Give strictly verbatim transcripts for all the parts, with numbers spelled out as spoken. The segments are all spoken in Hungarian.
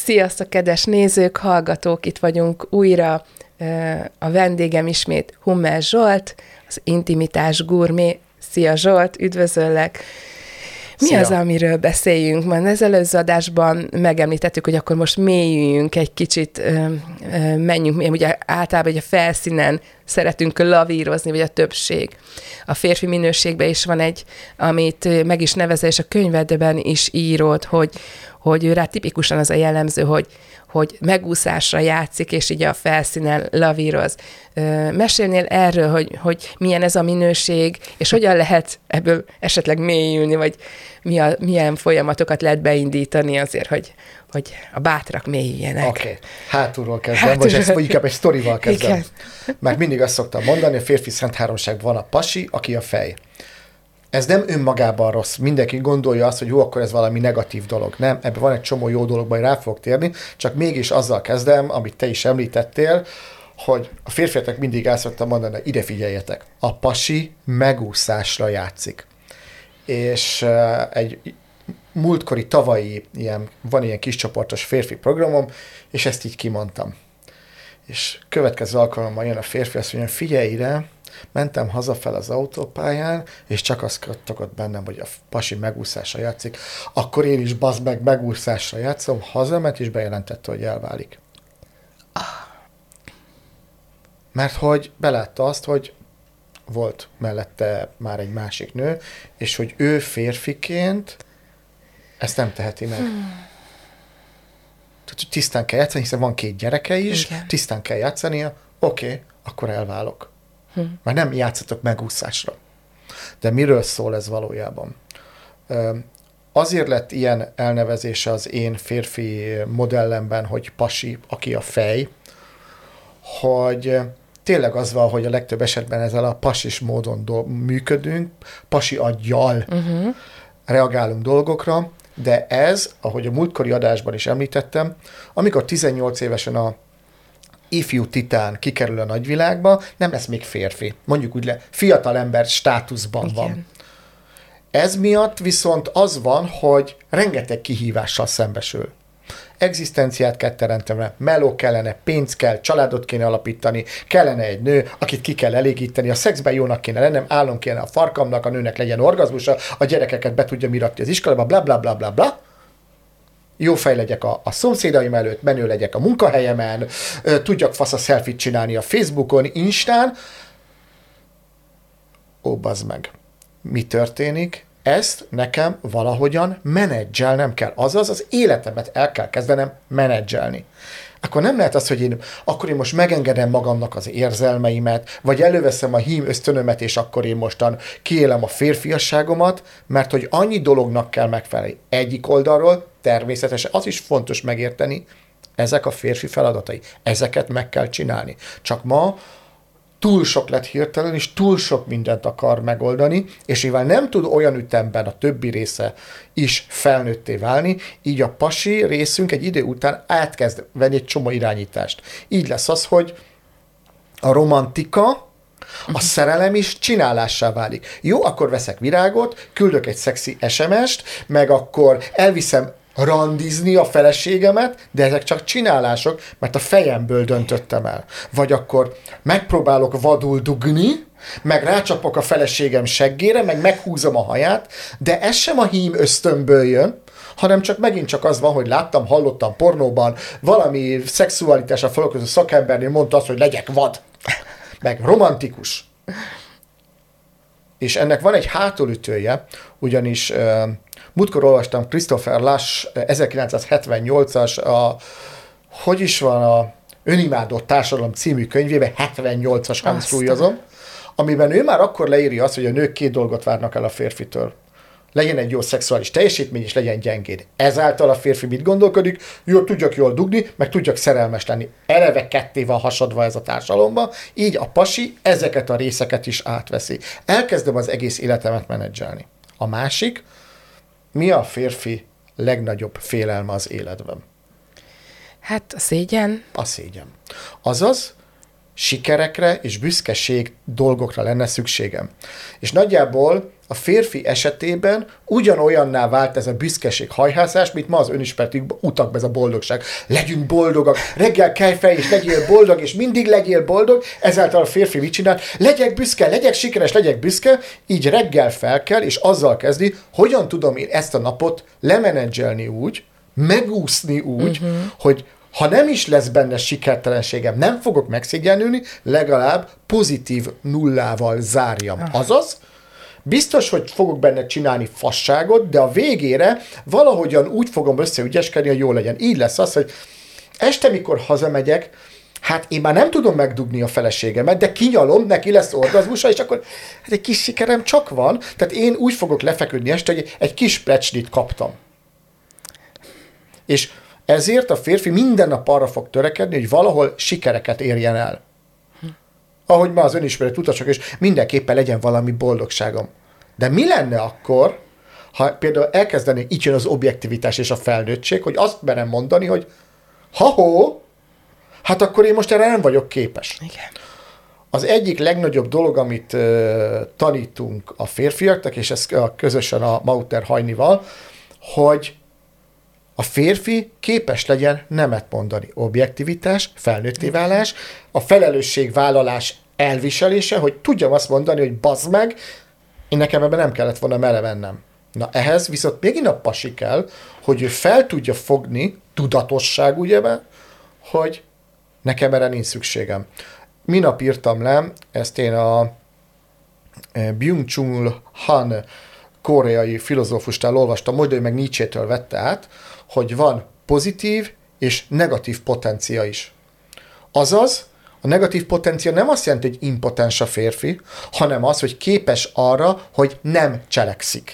Sziasztok, kedves nézők, hallgatók, itt vagyunk újra. A vendégem ismét Hummel Zsolt, az Intimitás Gurmé. Szia Zsolt, üdvözöllek! Mi Szia. Az, amiről beszéljünk? Már az előző adásban megemlítettük, hogy akkor most mélyüljünk egy kicsit, menjünk, ugye általában ugye a felszínen szeretünk lavírozni, vagy a többség. A férfi minőségben is van egy, amit meg is nevezel, és a könyvedben is írod, hogy, hogy ő rá tipikusan az a jellemző, hogy, hogy megúszásra játszik, és így a felszínen lavíroz. Mesélnél erről, hogy, hogy milyen ez a minőség, és hogyan lehet ebből esetleg mélyülni, vagy mi a, milyen folyamatokat lehet beindítani azért, hogy, hogy a bátrak mélyüljenek. Oké, okay. Hátulról kezdem, Hátulról. vagy, ezt, vagy inkább egy sztorival kezdem. Igen. Mert mindig azt szoktam mondani, a férfi szent háromság van a pasi, aki a fej. Ez nem önmagában rossz. Mindenki gondolja azt, hogy jó, akkor ez valami negatív dolog. Nem, ebben van egy csomó jó dolog, majd rá fogok térni, csak mégis azzal kezdem, amit te is említettél, hogy a férfiaknak mindig el szoktam mondani, ide figyeljetek, a pasi megúszásra játszik. És uh, egy múltkori, tavalyi ilyen, van ilyen kis csoportos férfi programom, és ezt így kimondtam. És következő alkalommal jön a férfi, azt mondja, figyelj ide, mentem hazafel az autópályán, és csak azt kattogott bennem, hogy a pasi megúszásra játszik. Akkor én is bazd meg megúszásra játszom, hazament, és bejelentette, hogy elválik. Mert hogy belátta azt, hogy volt mellette már egy másik nő, és hogy ő férfiként ezt nem teheti meg. Hmm. Tehát, hogy tisztán kell játszani, hiszen van két gyereke is, igen. Tisztán kell játszania, oké, okay, akkor elválok. Hmm. Már nem játszatok megúszásra. De miről szól ez valójában? Azért lett ilyen elnevezése az én férfi modellemben, hogy pasi, aki a fej, hogy tényleg az van, hogy a legtöbb esetben ezzel a pasis módon do- működünk, pasi aggyal uh-huh. reagálunk dolgokra, de ez, ahogy a múltkori adásban is említettem, amikor tizennyolc évesen a ifjú titán kikerül a nagyvilágba, nem lesz még férfi. Mondjuk úgy le, fiatal ember státuszban igen. van. Ez miatt viszont az van, hogy rengeteg kihívással szembesül. Egzisztenciát kell teremteni, meló kellene, pénz kell, családot kéne alapítani, kellene egy nő, akit ki kell elégíteni, a szexben jónak kéne lennem, álom kéne a farkamnak, a nőnek legyen orgazmusa, a gyerekeket be tudja miratni az iskolába, bla bla bla bla bla. Jó fej legyek a, a szomszédaim előtt, menő legyek a munkahelyemen, tudjak fasz a selfie csinálni a Facebookon, Instán. Ó, bazd meg. Mi történik? Ezt nekem valahogyan menedzselnem kell. Azaz az életemet el kell kezdenem menedzselni. Akkor nem lehet az, hogy én, akkor én most megengedem magamnak az érzelmeimet, vagy előveszem a hím ösztönömet, és akkor én mostan kiélem a férfiasságomat, mert hogy annyi dolognak kell megfelelni. Egyik oldalról természetesen az is fontos megérteni, ezek a férfi feladatai. Ezeket meg kell csinálni. Csak ma túl sok lett hirtelen, és túl sok mindent akar megoldani, és mivel nem tud olyan ütemben a többi része is felnőtté válni, így a pasi részünk egy idő után átkezd venni egy csomó irányítást. Így lesz az, hogy a romantika, a szerelem is csinálássá válik. Jó, akkor veszek virágot, küldök egy szexi es em est, meg akkor elviszem randizni a feleségemet, de ezek csak csinálások, mert a fejemből döntöttem el. Vagy akkor megpróbálok vadul dugni, meg rácsapok a feleségem seggére, meg meghúzom a haját, de ez sem a hím ösztönből jön, hanem csak megint csak az van, hogy láttam, hallottam pornóban, valami szexualitásra foglalkozó szakembernél mondta azt, hogy legyek vad, meg romantikus. És ennek van egy hátulütője, ugyanis uh, múltkor olvastam Christopher Lasch ezerkilencszázhetvennyolcas, a, hogy is van, a Önimádott társadalom című könyvében, hetvennyolcas hangsúlyozom, amiben ő már akkor leírja azt, hogy a nők két dolgot várnak el a férfitől. Legyen egy jó szexuális teljesítmény, és legyen gyengéd. Ezáltal a férfi mit gondolkodik? Jó, tudjak jól dugni, meg tudjak szerelmes lenni. Eleve ketté van hasadva ez a társadalomba, így a pasi ezeket a részeket is átveszi. Elkezdem az egész életemet menedzselni. A másik, mi a férfi legnagyobb félelme az életben? Hát a szégyen. A szégyen. Azaz, sikerekre és büszkeség dolgokra lenne szükségem. És nagyjából a férfi esetében ugyanolyanná vált ez a büszkeség, hajhászás, mint ma az önismereti utakban ez a boldogság. Legyünk boldogak, reggel kelj fel, és legyél boldog, és mindig legyél boldog, ezáltal a férfi mit csinál? Legyek büszke, legyek sikeres, legyek büszke, így reggel fel kell, és azzal kezdi, hogyan tudom én ezt a napot lemenedzselni úgy, megúszni úgy, uh-huh. hogy ha nem is lesz benne sikertelenségem, nem fogok megszégyenülni, legalább pozitív nullával zárjam. Uh-huh. Azaz, biztos, hogy fogok benne csinálni fasságot, de a végére valahogyan úgy fogom összeügyeskedni, hogy jó legyen. Így lesz az, hogy este, mikor hazamegyek, hát én már nem tudom megdugni a feleségemet, de kinyalom, neki lesz orgazmusa, és akkor hát egy kis sikerem csak van. Tehát én úgy fogok lefeküdni este, hogy egy kis plecsnit kaptam. És ezért a férfi minden nap arra fog törekedni, hogy valahol sikereket érjen el. Ahogy ma az önismeret utasok, és mindenképpen legyen valami boldogságom. De mi lenne akkor, ha például elkezdenék, így jön az objektivitás és a felnőttség, hogy azt merem mondani, hogy ha-hó, hát akkor én most erre nem vagyok képes. Igen. Az egyik legnagyobb dolog, amit uh, tanítunk a férfiaknak, és ez uh, közösen a Mauter Hajnival, hogy a férfi képes legyen nemet mondani. Objektivitás, felnőtté válás, a felelősségvállalás elviselése, hogy tudjam azt mondani, hogy bazd meg, én nekem ebben nem kellett volna melevennem. Na ehhez viszont megint a pasi kell, hogy ő fel tudja fogni, tudatosság ugye, hogy nekem erre nincs szükségem. Minap írtam le, ezt én a Byung-Chul Han koreai filozófustál olvastam, most ő meg Nietzsétől vette át, hogy van pozitív és negatív potencia is. Azaz, a negatív potencia nem azt jelenti, hogy impotens a férfi, hanem az, hogy képes arra, hogy nem cselekszik.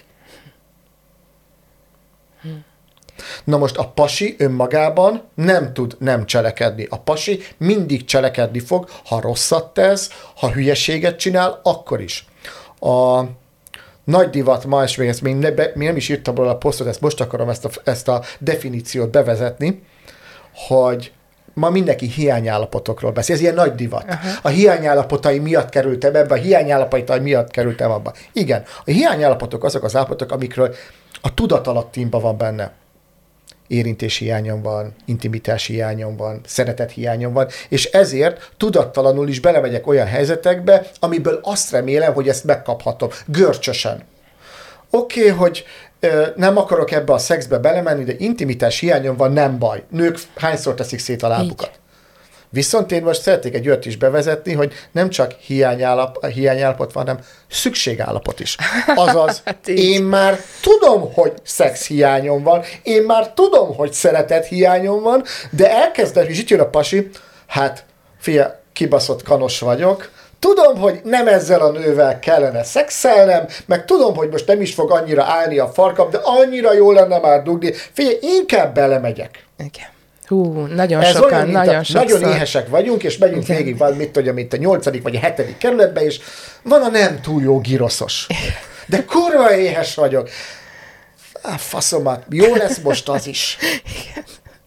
Na most a pasi önmagában nem tud nem cselekedni. A pasi mindig cselekedni fog, ha rosszat tesz, ha hülyeséget csinál, akkor is. A nagy divat ma, és még, ezt még, ne, még nem is írtam róla a posztot, ezt most akarom ezt a, ezt a definíciót bevezetni, hogy ma mindenki hiányállapotokról beszél. Ez ilyen nagy divat. Uh-huh. A hiányállapotai miatt kerültem ebbe, a hiányállapotai miatt kerültem abba. Igen, a hiányállapotok azok az állapotok, amikről a tudatalattimban van benne. Érintés hiányom van, intimitás hiányom van, szeretet hiányom van, és ezért tudattalanul is belemegyek olyan helyzetekbe, amiből azt remélem, hogy ezt megkaphatom. Görcsösen. Oké, okay, hogy ö, nem akarok ebbe a szexbe belemenni, de intimitás hiányom van, nem baj. Nők hányszor teszik szét a lábukat. Így. Viszont én most szeretnék egy olyat is bevezetni, hogy nem csak hiányállap, hiányállapot van, hanem szükségállapot is. Azaz, hát én már tudom, hogy szex hiányom van, én már tudom, hogy szeretet hiányom van, de elkezdem, és itt jön a pasi, hát fia, kibaszott kanos vagyok, tudom, hogy nem ezzel a nővel kellene szexelnem, meg tudom, hogy most nem is fog annyira állni a farkam, de annyira jó lenne már dugni. Figyelj, inkább belemegyek. Igen. Hú, nagyon Ez sokan, olyan, nagyon a, sokszor. Nagyon éhesek vagyunk, és megyünk igen. végig, van, mit tudja, mint a nyolcadik vagy a hetedik kerületben, és van a nem túl jó giroszos. De kurva éhes vagyok. Á, faszomat, jó lesz most az is. Igen.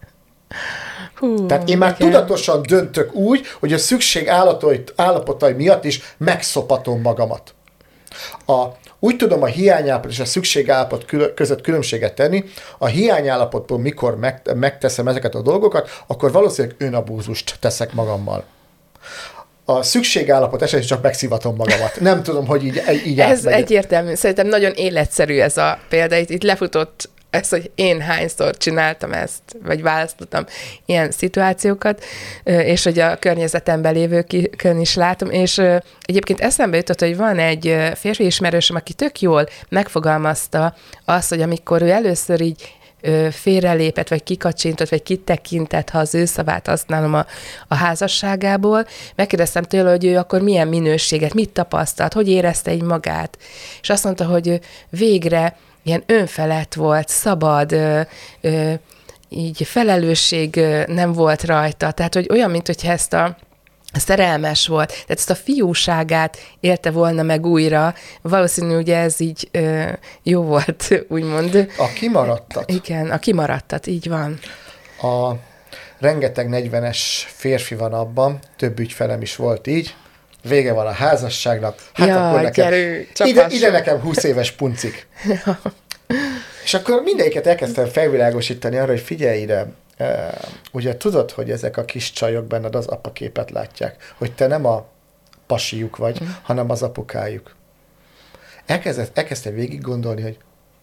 Hú, Tehát én már igen. tudatosan döntök úgy, hogy a szükség állapotai miatt is megszopatom magamat. A Úgy tudom a hiányállapot és a szükségállapot között különbséget tenni. A hiányállapotból, mikor megteszem ezeket a dolgokat, akkor valószínűleg önabúzust teszek magammal. A szükségállapot esetén csak megszivatom magamat. Nem tudom, hogy így, így Ez átmegyek. Egyértelmű. Szerintem nagyon életszerű ez a példa. Itt, itt lefutott ez, hogy én hányszor csináltam ezt, vagy választottam ilyen szituációkat, és hogy a környezetemben lévőkön is látom, és egyébként eszembe jutott, hogy van egy férfi ismerősöm, aki tök jól megfogalmazta azt, hogy amikor ő először így félrelépett, vagy kikacsintott, vagy kitekintett, ha az ő szavát használom a, a házasságából, megkérdeztem tőle, hogy ő akkor milyen minőséget, mit tapasztalt, hogy érezte így magát. És azt mondta, hogy végre ilyen önfelett volt, szabad, ö, ö, így felelősség nem volt rajta. Tehát, hogy olyan, mint hogyha ezt a szerelmes volt, tehát ezt a fiúságát élte volna meg újra. Valószínű, ugye ez így ö, jó volt, úgymond. A kimaradtat. Igen, a kimaradtat, így van. A rengeteg negyvenes férfi van abban, több ügyfelem is volt így, vége van a házasságnak, hát ja, akkor nekem, gyerő, ide, ide nekem húsz éves puncik. És akkor mindegyiket elkezdtem felvilágosítani arra, hogy figyelj ide, e, ugye tudod, hogy ezek a kis csajok benned az apaképet látják, hogy te nem a pasijuk vagy, mm. hanem az apukájuk. Elkezdett, elkezdtem végig gondolni, hogy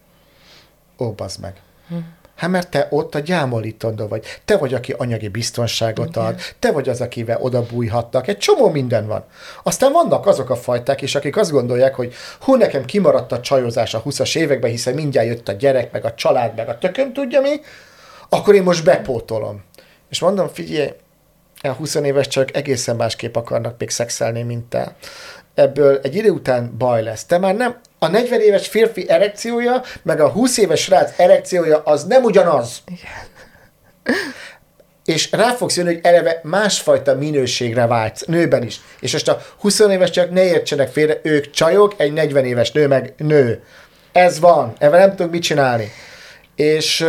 ó, bazd meg. Mm. Hát mert te ott a gyámolítandó vagy. Te vagy, aki anyagi biztonságot ad, te vagy az, akivel oda bújhatnak. Egy csomó minden van. Aztán vannak azok a fajták is, akik azt gondolják, hogy hú, nekem kimaradt a csajozás a húszas években, hiszen mindjárt jött a gyerek, meg a család, meg a tököm tudja mi, akkor én most bepótolom. És mondom, figyelj, a húsz éves csajok egészen másképp akarnak még szexelni, mint te. Ebből egy idő után baj lesz. Te már nem, a negyven éves férfi erekciója, meg a húsz éves srác erekciója az nem ugyanaz. Igen. És rá fogsz jönni, hogy eleve másfajta minőségre vágysz, nőben is. És most a húsz éves csak ne értsenek félre, ők csajok, egy negyven éves nő meg nő. Ez van, ebben nem tudok mit csinálni. És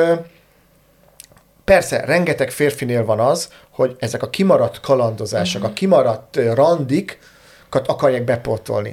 persze, rengeteg férfinél van az, hogy ezek a kimaradt kalandozások, uh-huh. a kimaradt randikat akarják bepótolni.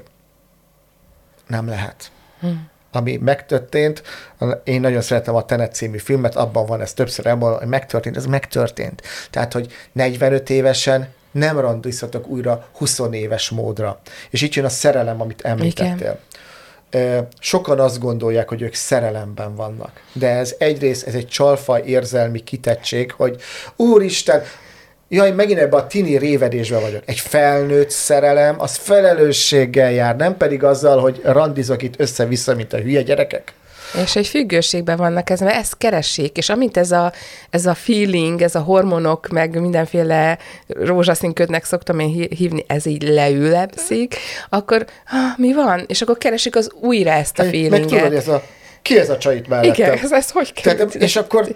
Nem lehet. Hmm. Ami megtörtént, én nagyon szeretem a Tenet című filmet, abban van ez többször elmondva, hogy megtörtént, ez megtörtént. Tehát, hogy negyvenöt évesen nem randizhatok újra húsz éves módra. És itt jön a szerelem, amit említettél. Igen. Sokan azt gondolják, hogy ők szerelemben vannak. De ez egyrészt, ez egy csalfaj érzelmi kitettség, hogy úristen, jaj, megint ebben a tini révedésben vagyok. Egy felnőtt szerelem, az felelősséggel jár, nem pedig azzal, hogy randizok itt össze-vissza, mint a hülye gyerekek. És egy függőségben vannak ezen, mert ezt keressék, és amint ez a, ez a feeling, ez a hormonok, meg mindenféle rózsaszínködnek szoktam én hívni, ez így leülepszik, akkor ah, mi van? És akkor keresik az újra ezt a feelinget. Meg tudod, ez a, ki ez a csajit mellettem? Igen, ez, ez hogy kell? És akkor,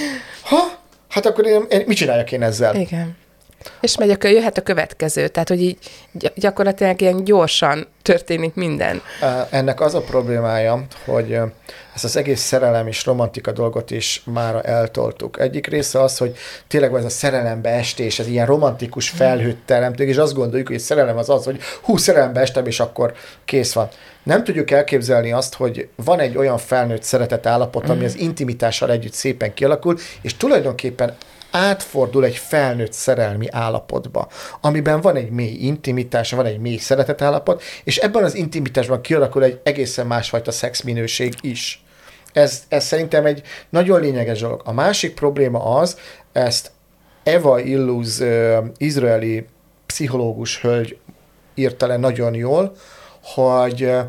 ha, hát akkor én, én mit csináljak én ezzel? Igen. És megy, akkor jöhet a következő, tehát hogy így gyakorlatilag ilyen gyorsan történik minden. Ennek az a problémája, hogy ezt az egész szerelem és romantika dolgot is mára eltoltuk. Egyik része az, hogy tényleg ez a szerelembe estés, ez ilyen romantikus felhőt teremtünk, és azt gondoljuk, hogy a szerelem az az, hogy hú, szerelembe estem, és akkor kész van. Nem tudjuk elképzelni azt, hogy van egy olyan felnőtt szeretet állapot, ami az intimitással együtt szépen kialakul, és tulajdonképpen átfordul egy felnőtt szerelmi állapotba, amiben van egy mély intimitás, van egy mély szeretetállapot, és ebben az intimitásban kialakul egy egészen másfajta szexminőség is. Ez, ez szerintem egy nagyon lényeges dolog. A másik probléma az, ezt Eva Illouz, uh, izraeli pszichológus hölgy írta le nagyon jól, hogy uh,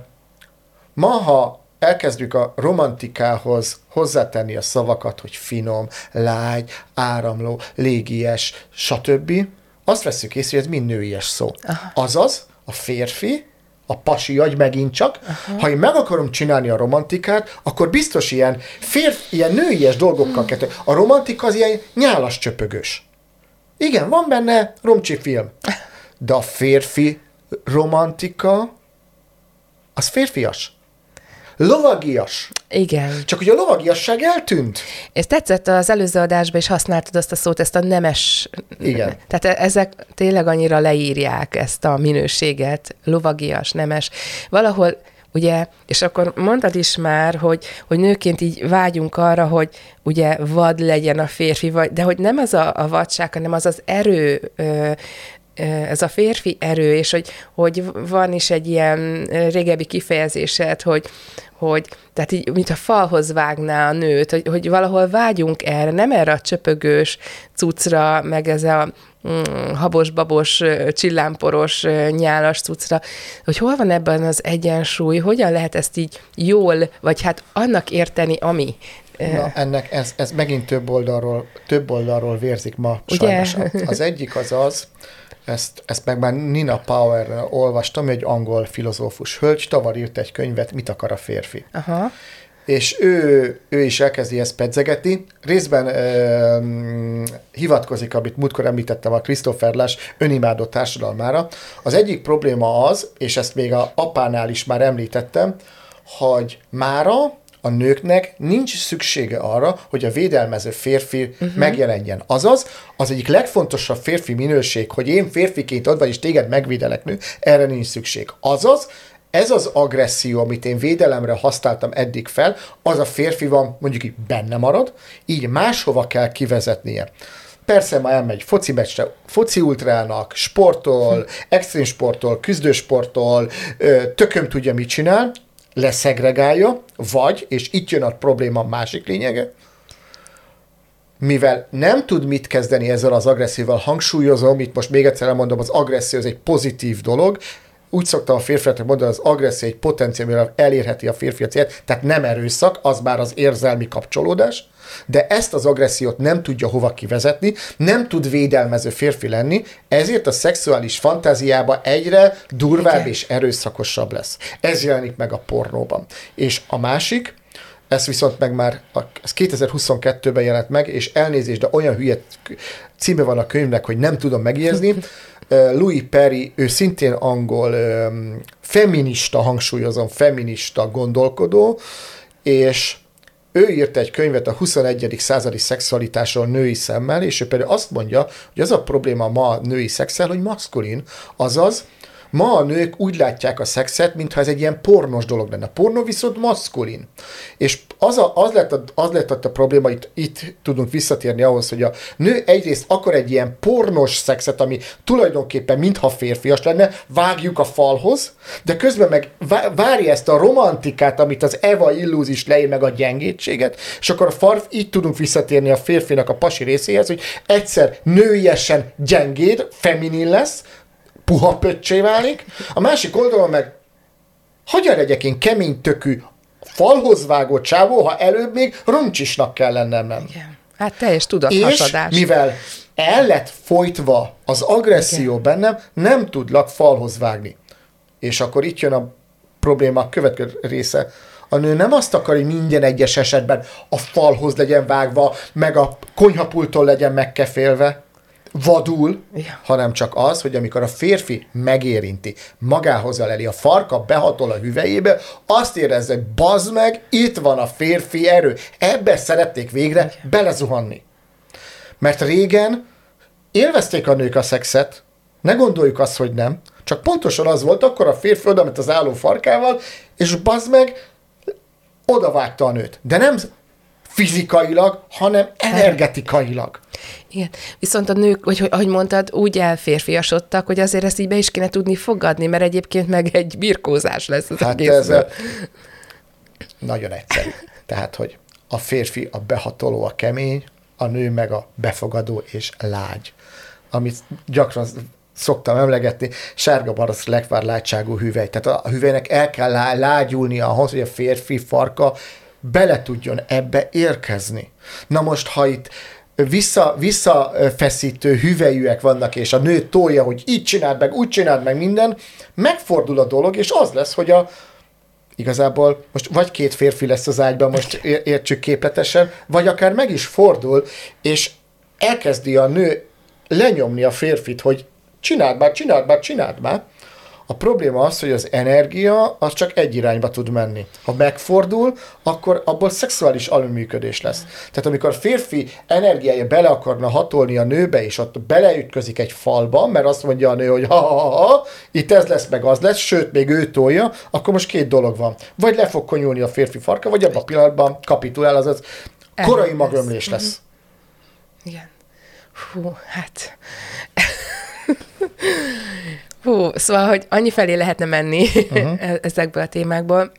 ma, ha elkezdjük a romantikához hozzátenni a szavakat, hogy finom, lágy, áramló, légies, stb. Azt vesszük észre, hogy ez mind nőies szó. Aha. Azaz, a férfi, a pasi agy megint csak, aha. ha én meg akarom csinálni a romantikát, akkor biztos ilyen férfi, ilyen nőies dolgokkal kell. A romantika az ilyen nyálas csöpögös. Igen, van benne romcsi film. De a férfi romantika, az férfias. Lovagias. Igen. Csak hogy a lovagiasság eltűnt. És tetszett az előző adásban is használtad azt a szót, ezt a nemes. Igen. Tehát ezek tényleg annyira leírják ezt a minőséget, lovagias, nemes. Valahol, ugye, és akkor mondtad is már, hogy, hogy nőként így vágyunk arra, hogy ugye vad legyen a férfi, vagy, de hogy nem az a, a vadság, hanem az az erő, ö, ez a férfi erő, és hogy, hogy van is egy ilyen régebbi kifejezésed, hogy, hogy tehát így, mint a falhoz vágná a nőt, hogy, hogy valahol vágyunk erre, nem erre a csöpögős cuccra, meg ez a mm, habos-babos, csillámporos, nyálas cuccra, hogy hol van ebben az egyensúly, hogyan lehet ezt így jól, vagy hát annak érteni, ami. Na, ennek, ez, ez megint több oldalról, több oldalról vérzik ma sajnos. Az egyik az az, Ezt, ezt meg már Nina Power olvastam, egy angol filozófus hölgy, tavaly írt egy könyvet, Mit akar a férfi. Aha. És ő, ő is elkezdi ezt pedzegetni. Részben euh, hivatkozik, amit múltkor említettem, a Christopher Lasch önimádó társadalmára. Az egyik probléma az, és ezt még a apánál is már említettem, hogy mára a nőknek nincs szüksége arra, hogy a védelmező férfi uh-huh. megjelenjen. Azaz, az egyik legfontosabb férfi minőség, hogy én férfiként ott vagy, és téged megvédelek, nő, erre nincs szükség. Azaz, ez az agresszió, amit én védelemre használtam eddig fel, az a férfi van, mondjuk így benne marad, így máshova kell kivezetnie. Persze már elmegy foci meccsre, foci ultrának, sportol, extrém sportol, küzdősportol, tököm tudja, mit csinál, leszegregálja, vagy, és itt jön a probléma másik lényege, mivel nem tud mit kezdeni ezzel az agresszióval, hangsúlyozom, itt most még egyszer elmondom, az agresszió az egy pozitív dolog, úgy szoktam a férfiaknak mondani, az agresszió egy potenciál, amivel elérheti a férfi a célt, tehát nem erőszak, az már az érzelmi kapcsolódás, de ezt az agressziót nem tudja hova kivezetni, nem tud védelmező férfi lenni, ezért a szexuális fantáziába egyre durvább Igen. és erőszakosabb lesz. Ez jelenik meg a pornóban. És a másik, ez viszont meg már, ez kétezer-huszonkettőben jelent meg, és elnézést, de olyan hülye címe van a könyvnek, hogy nem tudom megjegyezni. Louis Perry, ő szintén angol feminista, hangsúlyozom, feminista gondolkodó, és ő írt egy könyvet a huszonegyedik századi szexualitásról női szemmel, és ő például azt mondja, hogy az a probléma ma a női szexel, hogy maszkulin, azaz ma a nők úgy látják a szexet, mintha ez egy ilyen pornos dolog lenne. A pornó viszont maszkulin. És az, a, az, lett a, az lett a probléma, itt, itt tudunk visszatérni ahhoz, hogy a nő egyrészt akar egy ilyen pornos szexet, ami tulajdonképpen mintha férfias lenne, vágjuk a falhoz, de közben meg várja ezt a romantikát, amit az Eva illúzis leír, meg a gyengétséget, és akkor a farf, így tudunk visszatérni a férfinak a pasi részéhez, hogy egyszer nőiesen gyengéd, feminin lesz, puha pöccsé válik, a másik oldalon meg hogyan legyek én kemény tökű, falhoz vágott csávó, ha előbb még roncsisnak kell lennem, nem? Igen. Hát teljes tudathasadás. És mivel el lett folytva az agresszió Igen. bennem, nem tudlak falhoz vágni. És akkor itt jön a probléma következő része. A nő nem azt akar, hogy minden egyes esetben a falhoz legyen vágva, meg a konyhapulton legyen megkefélve, vadul, ja. hanem csak az, hogy amikor a férfi megérinti, magához eleli, a farka behatol a hüvelyébe, azt érezze, hogy bazd meg, itt van a férfi erő. Ebbe szerették végre Igen. belezuhanni. Mert régen élvezték a nők a szexet, ne gondoljuk azt, hogy nem, csak pontosan az volt, akkor a férfi oda ment az álló farkával, és bazd meg, odavágta a nőt. De nem fizikailag, hanem energetikailag. Igen. Viszont a nők, hogy, ahogy mondtad, úgy elférfiasodtak, hogy azért ezt így be is kéne tudni fogadni, mert egyébként meg egy birkózás lesz az hát ez a... nagyon egyszerű. Tehát, hogy a férfi a behatoló, a kemény, a nő meg a befogadó és lágy. Amit gyakran szoktam emlegetni, sárga barack lekvár látságú hüvely. Tehát a hüvelynek el kell lá- lágyulnia ahhoz, hogy a férfi farka bele tudjon ebbe érkezni. Na most, ha itt vissza, visszafeszítő hüvelyűek vannak, és a nő tolja, hogy így csináld meg, úgy csináld meg minden, megfordul a dolog, és az lesz, hogy a igazából most vagy két férfi lesz az ágyban, most értsük képletesen, vagy akár meg is fordul, és elkezdi a nő lenyomni a férfit, hogy csináld már, csináld már, csináld már. A probléma az, hogy az energia az csak egy irányba tud menni. Ha megfordul, akkor abból szexuális alulműködés lesz. Tehát amikor a férfi energiája bele akarna hatolni a nőbe, és ott beleütközik egy falba, mert azt mondja a nő, hogy ha, ha, ha, ha itt ez lesz, meg az lesz, sőt, még ő tolja, akkor most két dolog van. Vagy le fog konyulni a férfi farka, vagy abban a pillanatban kapitulál, azaz korai magömlés lesz. Igen. Hú, hát... Hú, szóval, hogy annyi felé lehetne menni uh-huh. ezekből a témákból.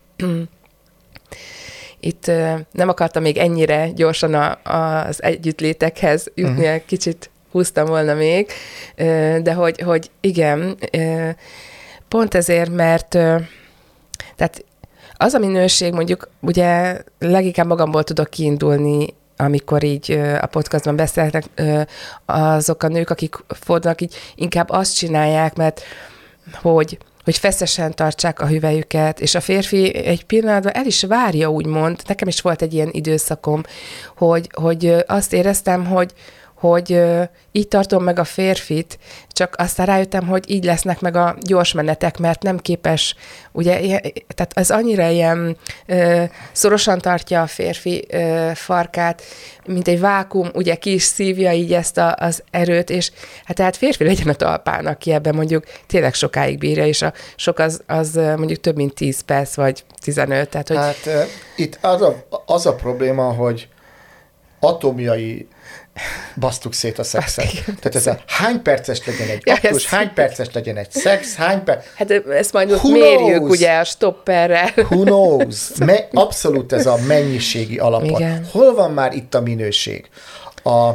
Itt uh, nem akartam még ennyire gyorsan a, az együttlétekhez jutni, uh-huh. kicsit húztam volna még, uh, de hogy, hogy igen, uh, pont ezért, mert uh, tehát az a minőség, mondjuk ugye leginkább magamból tudok kiindulni, amikor így a podcastban beszélnek azok a nők, akik fordulnak, így inkább azt csinálják, mert hogy, hogy feszesen tartsák a hüvelyüket, és a férfi egy pillanatban el is várja, úgymond, nekem is volt egy ilyen időszakom, hogy, hogy azt éreztem, hogy, hogy ö, így tartom meg a férfit, csak aztán rájöttem, hogy így lesznek meg a gyors menetek, mert nem képes, ugye, ilyen, tehát az annyira ilyen ö, szorosan tartja a férfi ö, farkát, mint egy vákum, ugye ki is szívja így ezt a, az erőt, és hát tehát férfi legyen a talpán, aki ebben mondjuk tényleg sokáig bírja, és a sok az, az mondjuk több mint tíz perc, vagy tizenöt. Tehát, hogy... Hát uh, itt az a, az a probléma, hogy atomjai basztuk szét a szexet. Tehát ez a hány perces legyen egy ja, aktus, hány perces legyen egy szex, hány perc... Hát ezt majd ott mérjük, knows? Ugye, a stopperrel. Who knows? Me- abszolút ez a mennyiségi alapot. Igen. Hol van már itt a minőség? A...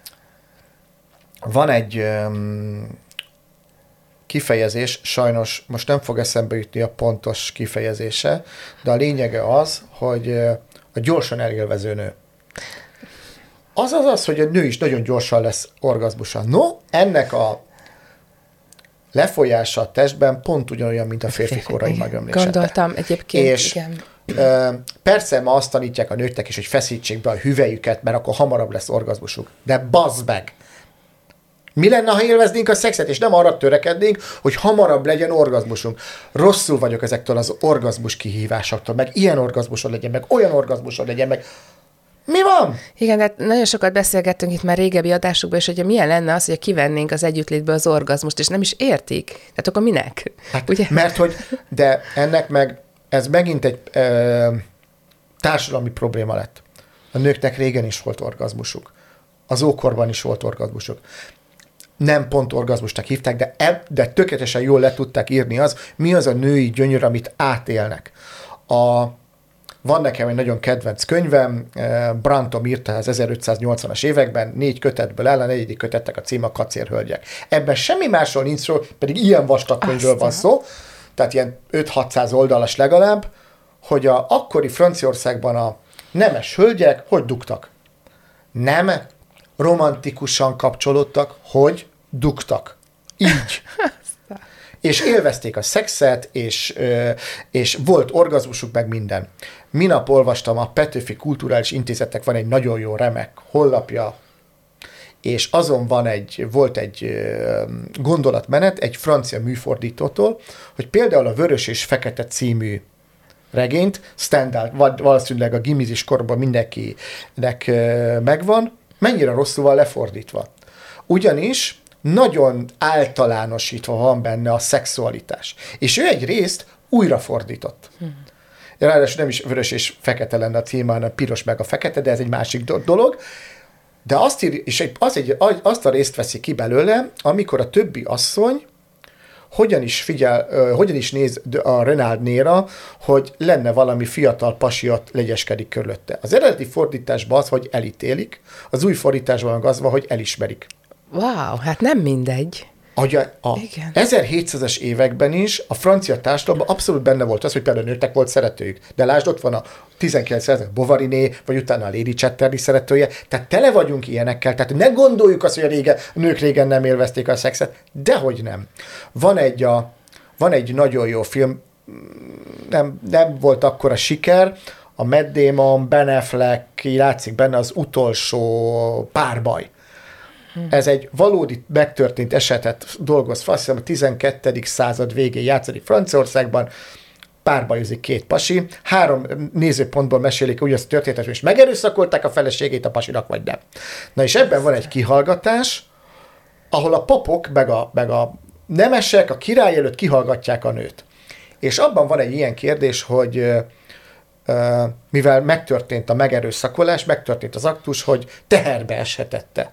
Van egy um, kifejezés, sajnos most nem fog eszembe jutni a pontos kifejezése, de a lényege az, hogy uh, a gyorsan elélvező nő. Az az az, hogy a nő is nagyon gyorsan lesz orgazmusa. No, ennek a lefolyása a testben pont ugyanolyan, mint a férfi korai megömlése. Gondoltam egyébként, és igen. Ö, persze ma azt tanítják a nőknek is, hogy feszítsék be a hüvelyüket, mert akkor hamarabb lesz orgazmusuk. De bazd meg! Mi lenne, ha élveznénk a szexet, és nem arra törekednénk, hogy hamarabb legyen orgazmusunk? Rosszul vagyok ezektől az orgazmus kihívásoktól, meg ilyen orgazmusod legyen, meg olyan orgazmusod legyen, meg mi van? Igen, de nagyon sokat beszélgettünk itt már régebbi adásokban, és hogy milyen lenne az, hogy kivennénk az együttlétből az orgazmust, és nem is értik. Tehát akkor minek? Hát, ugye? Mert hogy, de ennek meg, ez megint egy ö, társadalmi probléma lett. A nőknek régen is volt orgazmusuk. Az ókorban is volt orgazmusuk. Nem pont orgazmusnak hívták, de, eb, de tökéletesen jól le tudták írni az, mi az a női gyönyör, amit átélnek. A Van nekem egy nagyon kedvenc könyvem, Brandom írta az ezerötszáznyolcvanas években, négy kötetből áll, a negyedik kötetnek a címe a Kacérhölgyek. Ebben semmi másról nincs szó, pedig ilyen vastag könyvről van szó, tehát ilyen öt-hatszáz oldalas legalább, hogy a akkori Franciaországban a nemes hölgyek hogy dugtak. Nem romantikusan kapcsolódtak, hogy dugtak. Így. És élvezték a szexet, és, és volt orgazmusuk, meg minden. Minap olvastam, a Petőfi Kulturális Intézetnek van egy nagyon jó remek honlapja, és azon van egy, volt egy gondolatmenet egy francia műfordítótól, hogy például a Vörös és Fekete című regényt, Stendhal, vagy valószínűleg a gimizis korban mindenkinek megvan, mennyire rosszul van lefordítva. Ugyanis nagyon általánosítva van benne a szexualitás. És ő egy részt újrafordított. Hmm. Ráadásul nem is vörös és fekete lenne a címe, hanem piros meg a fekete, de ez egy másik dolog. De azt, ír, és az egy, azt a részt veszi ki belőle, amikor a többi asszony hogyan is figyel, uh, hogyan is néz a Renaldnéra, hogy lenne valami fiatal pasi ott legyeskedik körülötte. Az eredeti fordításban az, hogy elítélik, az új fordításban az van, hogy elismerik. Wow, hát nem mindegy. A, a ezerhétszázas években is a francia társadalomban abszolút benne volt az, hogy például nőknek volt szeretőjük. De lásd, ott van a tizenkilencszázas Bovaryné, vagy utána a Lady Chatterley szeretője. Tehát tele vagyunk ilyenekkel. Tehát ne gondoljuk azt, hogy a, régen, a nők régen nem élvezték a szexet. Dehogy nem. Van egy, a, van egy nagyon jó film, nem, nem volt akkora siker, a Matt Damon, Ben Affleck, játszik benne az utolsó párbaj. Ez egy valódi megtörtént esetet dolgoz fel, azt hiszem a tizenkettedik század végén játszik Franciaországban, párbajozik két pasi, három nézőpontból mesélik úgy azt a történetet, és megerőszakolták a feleségét a pasinak, vagy nem. Na és ebben van egy kihallgatás, ahol a papok, meg a, meg a nemesek a király előtt kihallgatják a nőt. És abban van egy ilyen kérdés, hogy mivel megtörtént a megerőszakolás, megtörtént az aktus, hogy teherbe eshetette.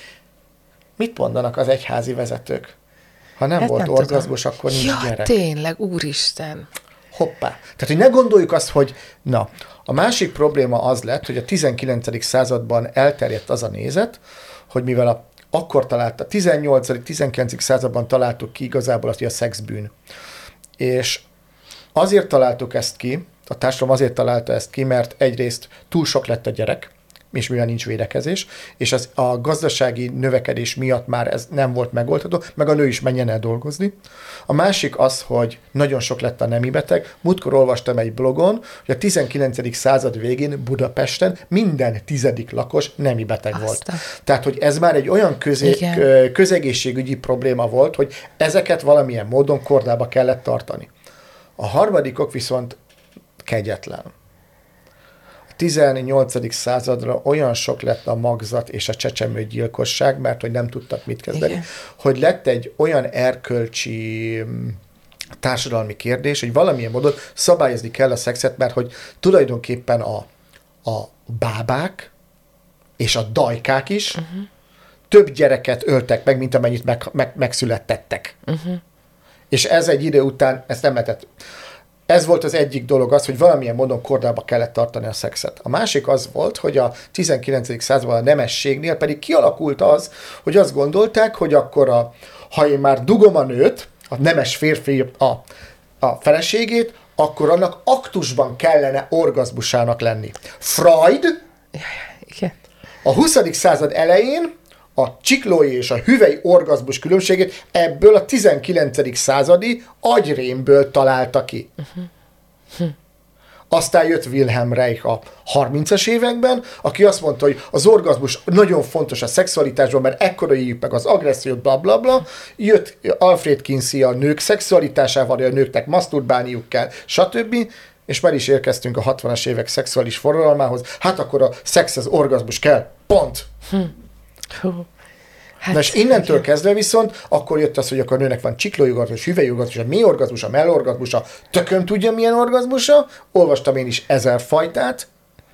Mit mondanak az egyházi vezetők? Ha nem hát volt nem orgazmus, tudom. Akkor nincs ja, gyerek. Tényleg, úristen. Hoppá. Tehát, hogy ne gondoljuk azt, hogy na, a másik probléma az lett, hogy a tizenkilencedik században elterjedt az a nézet, hogy mivel a, akkor talált, a tizennyolcadik-tizenkilencedik században találtuk ki igazából azt, hogy a szex bűn. És azért találtuk ezt ki, a társadalom azért találta ezt ki, mert egyrészt túl sok lett a gyerek, és mivel nincs védekezés, és az, a gazdasági növekedés miatt már ez nem volt megoldható, meg a nő is menjen el dolgozni. A másik az, hogy nagyon sok lett a nemi beteg. Múltkor olvastam egy blogon, hogy a tizenkilencedik század végén Budapesten minden tizedik lakos nemi beteg Aztán. volt. Tehát, hogy ez már egy olyan közé, közegészségügyi probléma volt, hogy ezeket valamilyen módon kordába kellett tartani. A harmadikok viszont kegyetlen. A tizennyolcadik századra olyan sok lett a magzat és a csecsemőgyilkosság, mert hogy nem tudtak mit kezdeni, Igen. hogy lett egy olyan erkölcsi társadalmi kérdés, hogy valamilyen módon szabályozni kell a szexet, mert hogy tulajdonképpen a, a bábák és a dajkák is uh-huh. több gyereket öltek meg, mint amennyit meg, meg, megszülettettek. Uh-huh. És ez egy idő után, ezt nem lehetett. Ez volt az egyik dolog az, hogy valamilyen módon kordába kellett tartani a szexet. A másik az volt, hogy a tizenkilencedik században a nemességnél pedig kialakult az, hogy azt gondolták, hogy akkor a, ha én már dugom a nőt, a nemes férfi a, a feleségét, akkor annak aktusban kellene orgazmusának lenni. Freud a huszadik század elején a csiklói és a hüvely orgazmus különbségét ebből a tizenkilencedik századi agyrémből találta ki. Uh-huh. Hm. Aztán jött Wilhelm Reich a harmincas években, aki azt mondta, hogy az orgazmus nagyon fontos a szexualitásban, mert ekkora éljük meg az agressziót, bla, bla, bla. Jött Alfred Kinsey a nők szexualitásával, hogy a nőknek maszturbálniuk kell, stb. És már is érkeztünk a hatvanas évek szexuális forradalmához. Hát akkor a szexhez orgazmus kell. Pont. Hm. Hú. Hát, na és innentől igen. kezdve viszont, akkor jött az, hogy akkor a nőnek van csiklói orgazmus, hüvely orgazmus, a mély orgazmus, a mellorgazmus, a tököm tudja milyen orgazmusa, olvastam én is ezer fajtát,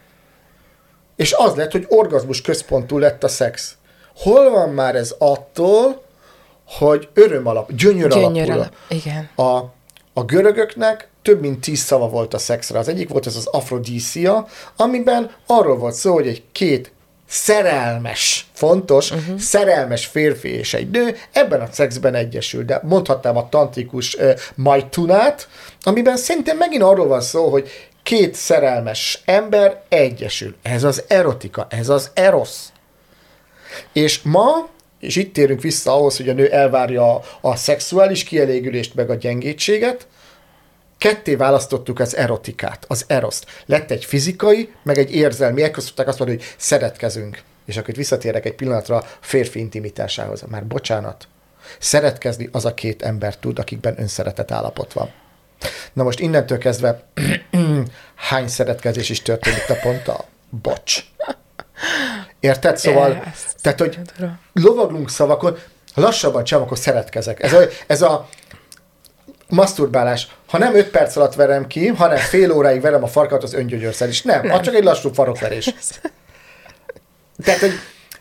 és az lett, hogy orgazmus központú lett a szex. Hol van már ez attól, hogy öröm alap, gyönyör, gyönyör alapul? Alap. Igen. A, a görögöknek több mint tíz szava volt a szexre. Az egyik volt ez az afrodícia, amiben arról volt szó, hogy egy két szerelmes, fontos, uh-huh. szerelmes férfi és egy nő ebben a szexben egyesül, de mondhatnám a tantrikus uh, majtunát, amiben szerintem megint arról van szó, hogy két szerelmes ember egyesül. Ez az erotika, ez az eros. És ma, és itt térünk vissza ahhoz, hogy a nő elvárja a, a szexuális kielégülést meg a gyengétséget, ketté választottuk az erotikát, az eroszt. Lett egy fizikai, meg egy érzelmi. Ekkor szokták azt mondani, hogy szeretkezünk. És akkor itt visszatérek egy pillanatra a férfi intimitásához. Már bocsánat. Szeretkezni az a két ember tud, akikben önszeretet állapot van. Na most innentől kezdve hány szeretkezés is történik naponta? Bocs. Érted? Szóval, tehát, hogy lovaglunk szavakon, lassabban csinálom, akkor szeretkezek. Ez a, ez a maszturbálás. Ha nem öt perc alatt verem ki, hanem fél óráig verem a farkat, az öngyögyörszer is. Nem, nem. Az csak egy lassú farokverés. Tehát, hogy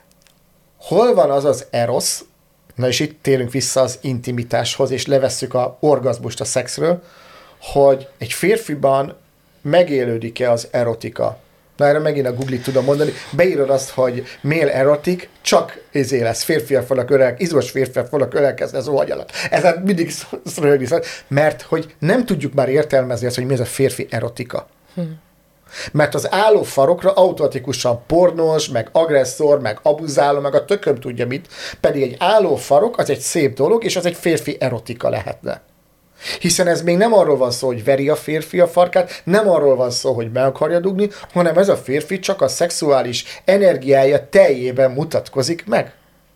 hol van az az eros, na és itt térünk vissza az intimitáshoz, és levesszük a orgazmust a szexről, hogy egy férfiban megélődik-e az erotika. Na erre megint a Google-t tudom mondani, beírod azt, hogy male erotik, csak ezé lesz, férfiak fognak ölel, izmos férfiak fognak ölelkezni az óhagy alatt. Ezen mindig röhögni, mert hogy nem tudjuk már értelmezni azt, hogy mi ez a férfi erotika. Hm. Mert az álló farokra automatikusan pornós, meg agresszor, meg abuzáló, meg a tököm tudja mit, pedig egy álló farok az egy szép dolog, és az egy férfi erotika lehetne. Hiszen ez még nem arról van szó, hogy veri a férfi a farkát, nem arról van szó, hogy meg akarja dugni, hanem ez a férfi csak a szexuális energiája teljében mutatkozik meg.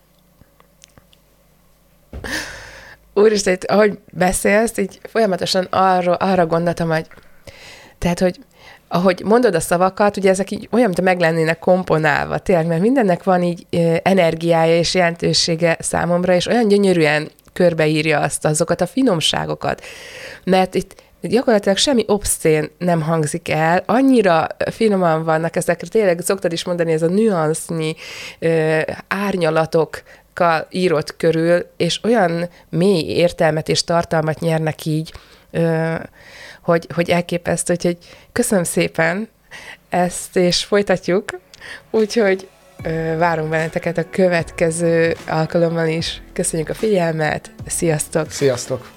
Úristen, itt, ahogy beszélsz, így folyamatosan arra, arra gondoltam, hogy tehát, hogy ahogy mondod a szavakat, ugye ezek így olyan, mint meg lennének komponálva, tényleg, mert mindennek van így energiája és jelentősége számomra, és olyan gyönyörűen körbeírja azt, azokat a finomságokat. Mert itt gyakorlatilag semmi obszcén nem hangzik el, annyira finoman vannak ezek, tényleg szoktad is mondani, ez a nüansznyi ö, árnyalatokkal írott körül, és olyan mély értelmet és tartalmat nyernek így, ö, hogy, hogy elképesztő, úgyhogy köszönöm szépen ezt, és folytatjuk, úgyhogy várunk benneteket a következő alkalommal is. Köszönjük a figyelmet, sziasztok! Sziasztok!